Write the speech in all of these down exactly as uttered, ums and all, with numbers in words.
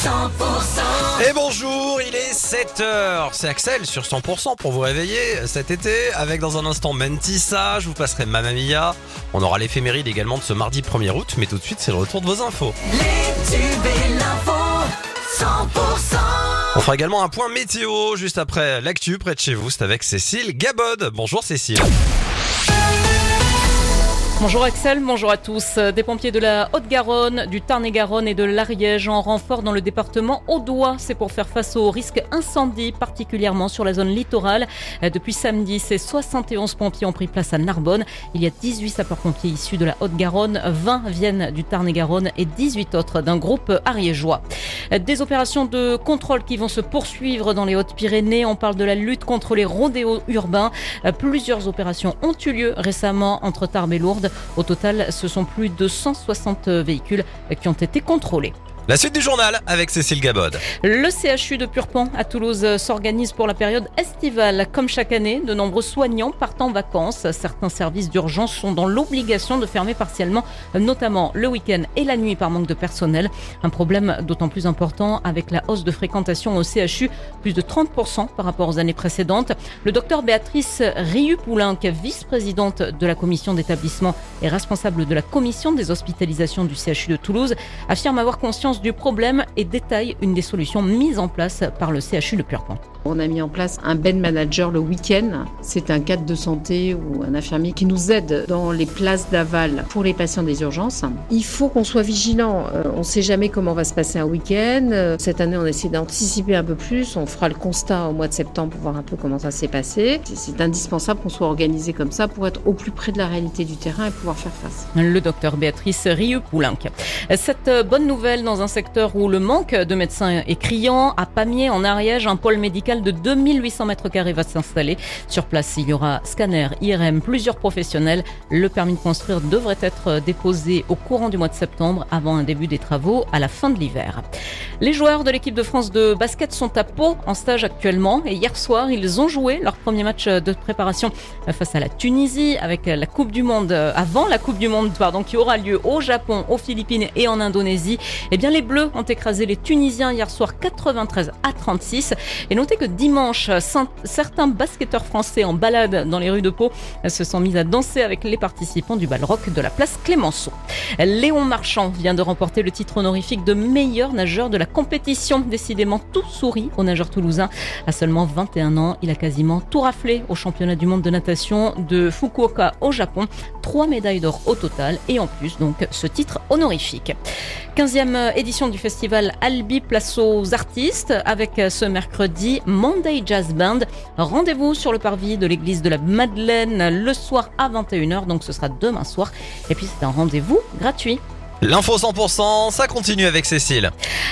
cent pour cent. Et bonjour, il est sept heures. C'est Axel sur cent pour cent pour vous réveiller cet été. Avec dans un instant Mentissa, je vous passerai Mamma Mia. On aura l'éphéméride également de ce mardi premier août. Mais tout de suite, c'est le retour de vos infos. Les tubes et l'info, cent pour cent. On fera également un point météo juste après l'actu près de chez vous. C'est avec Cécile Gabod. Bonjour Cécile. Bonjour Axel, bonjour à tous. Des pompiers de la Haute-Garonne, du Tarn-et-Garonne et de l'Ariège en renfort dans le département audois. C'est pour faire face au risque incendie, particulièrement sur la zone littorale. Depuis samedi, ces soixante et onze pompiers ont pris place à Narbonne. Il y a dix-huit sapeurs-pompiers issus de la Haute-Garonne, vingt viennent du Tarn-et-Garonne et dix-huit autres d'un groupe ariégeois. Des opérations de contrôle qui vont se poursuivre dans les Hautes-Pyrénées. On parle de la lutte contre les rodéos urbains. Plusieurs opérations ont eu lieu récemment entre Tarbes et Lourdes. Au total, ce sont plus de cent soixante véhicules qui ont été contrôlés. La suite du journal avec Cécile Gabod. Le C H U de Purpan à Toulouse s'organise pour la période estivale. Comme chaque année, de nombreux soignants partent en vacances. Certains services d'urgence sont dans l'obligation de fermer partiellement, notamment le week-end et la nuit par manque de personnel. Un problème d'autant plus important avec la hausse de fréquentation au C H U, plus de trente pour cent par rapport aux années précédentes. Le docteur Béatrice Rieu-Poulenc, vice-présidente de la commission d'établissement et responsable de la commission des hospitalisations du C H U de Toulouse, affirme avoir conscience du problème et détaille une des solutions mises en place par le C H U de Purpan. On a mis en place un bed manager le week-end. C'est un cadre de santé ou un infirmier qui nous aide dans les places d'aval pour les patients des urgences. Il faut qu'on soit vigilant. On ne sait jamais comment va se passer un week-end. Cette année, on essaie d'anticiper un peu plus. On fera le constat au mois de septembre pour voir un peu comment ça s'est passé. C'est indispensable qu'on soit organisé comme ça pour être au plus près de la réalité du terrain et pouvoir faire face. Le docteur Béatrice Rieu-Poulenc. Cette bonne nouvelle dans un secteur où le manque de médecins est criant, à Pamiers, en Ariège, un pôle médical de deux mille huit cents mètres carrés va s'installer. Sur place, il y aura scanner, I R M, plusieurs professionnels. Le permis de construire devrait être déposé au courant du mois de septembre, avant un début des travaux à la fin de l'hiver. Les joueurs de l'équipe de France de basket sont à Pau en stage actuellement. Et hier soir, ils ont joué leur premier match de préparation face à la Tunisie avec la Coupe du Monde, avant la Coupe du Monde, pardon, qui aura lieu au Japon, aux Philippines et en Indonésie. Eh bien, les Bleus ont écrasé les Tunisiens hier soir quatre-vingt-treize à trente-six. Et notez que dimanche, certains basketteurs français en balade dans les rues de Pau se sont mis à danser avec les participants du bal rock de la place Clémenceau. Léon Marchand vient de remporter le titre honorifique de meilleur nageur de la compétition. Décidément, tout sourit au nageur toulousain. À seulement vingt et un ans, il a quasiment tout raflé au championnat du monde de natation de Fukuoka au Japon. Trois médailles d'or au total et en plus donc ce titre honorifique. quinzième édition du festival Albi Place aux artistes avec ce mercredi Monday Jazz Band. Rendez-vous sur le parvis de l'église de la Madeleine le soir à vingt et une heures, donc ce sera demain soir. Et puis c'est un rendez-vous gratuit. L'info cent pour cent, ça continue avec Cécile.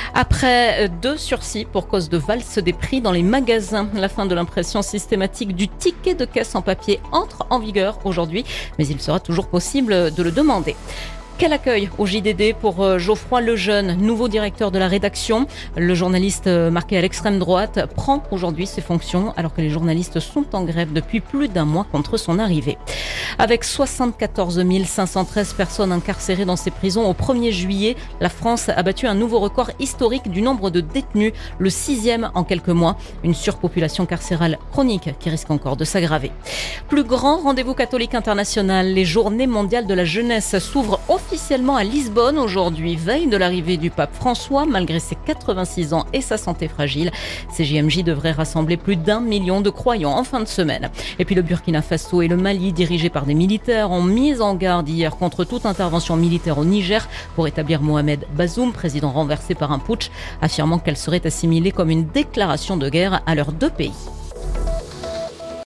Après deux sursis pour cause de valse des prix dans les magasins, la fin de l'impression systématique du ticket de caisse en papier entre en vigueur aujourd'hui, mais il sera toujours possible de le demander. Quel accueil au J D D pour Geoffroy Lejeune, nouveau directeur de la rédaction. Le journaliste marqué à l'extrême droite prend aujourd'hui ses fonctions alors que les journalistes sont en grève depuis plus d'un mois contre son arrivée. Avec soixante-quatorze mille cinq cent treize personnes incarcérées dans ces prisons au premier juillet, la France a battu un nouveau record historique du nombre de détenus, le sixième en quelques mois. Une surpopulation carcérale chronique qui risque encore de s'aggraver. Plus grand rendez-vous catholique international, les Journées mondiales de la jeunesse s'ouvrent officiellement à Lisbonne aujourd'hui, veille de l'arrivée du pape François, malgré ses quatre-vingt-six ans et sa santé fragile. Ces J M J devraient rassembler plus d'un million de croyants en fin de semaine. Et puis le Burkina Faso et le Mali, dirigés par des militaires, ont mis en garde hier contre toute intervention militaire au Niger pour établir Mohamed Bazoum, président renversé par un putsch, affirmant qu'elle serait assimilée comme une déclaration de guerre à leurs deux pays.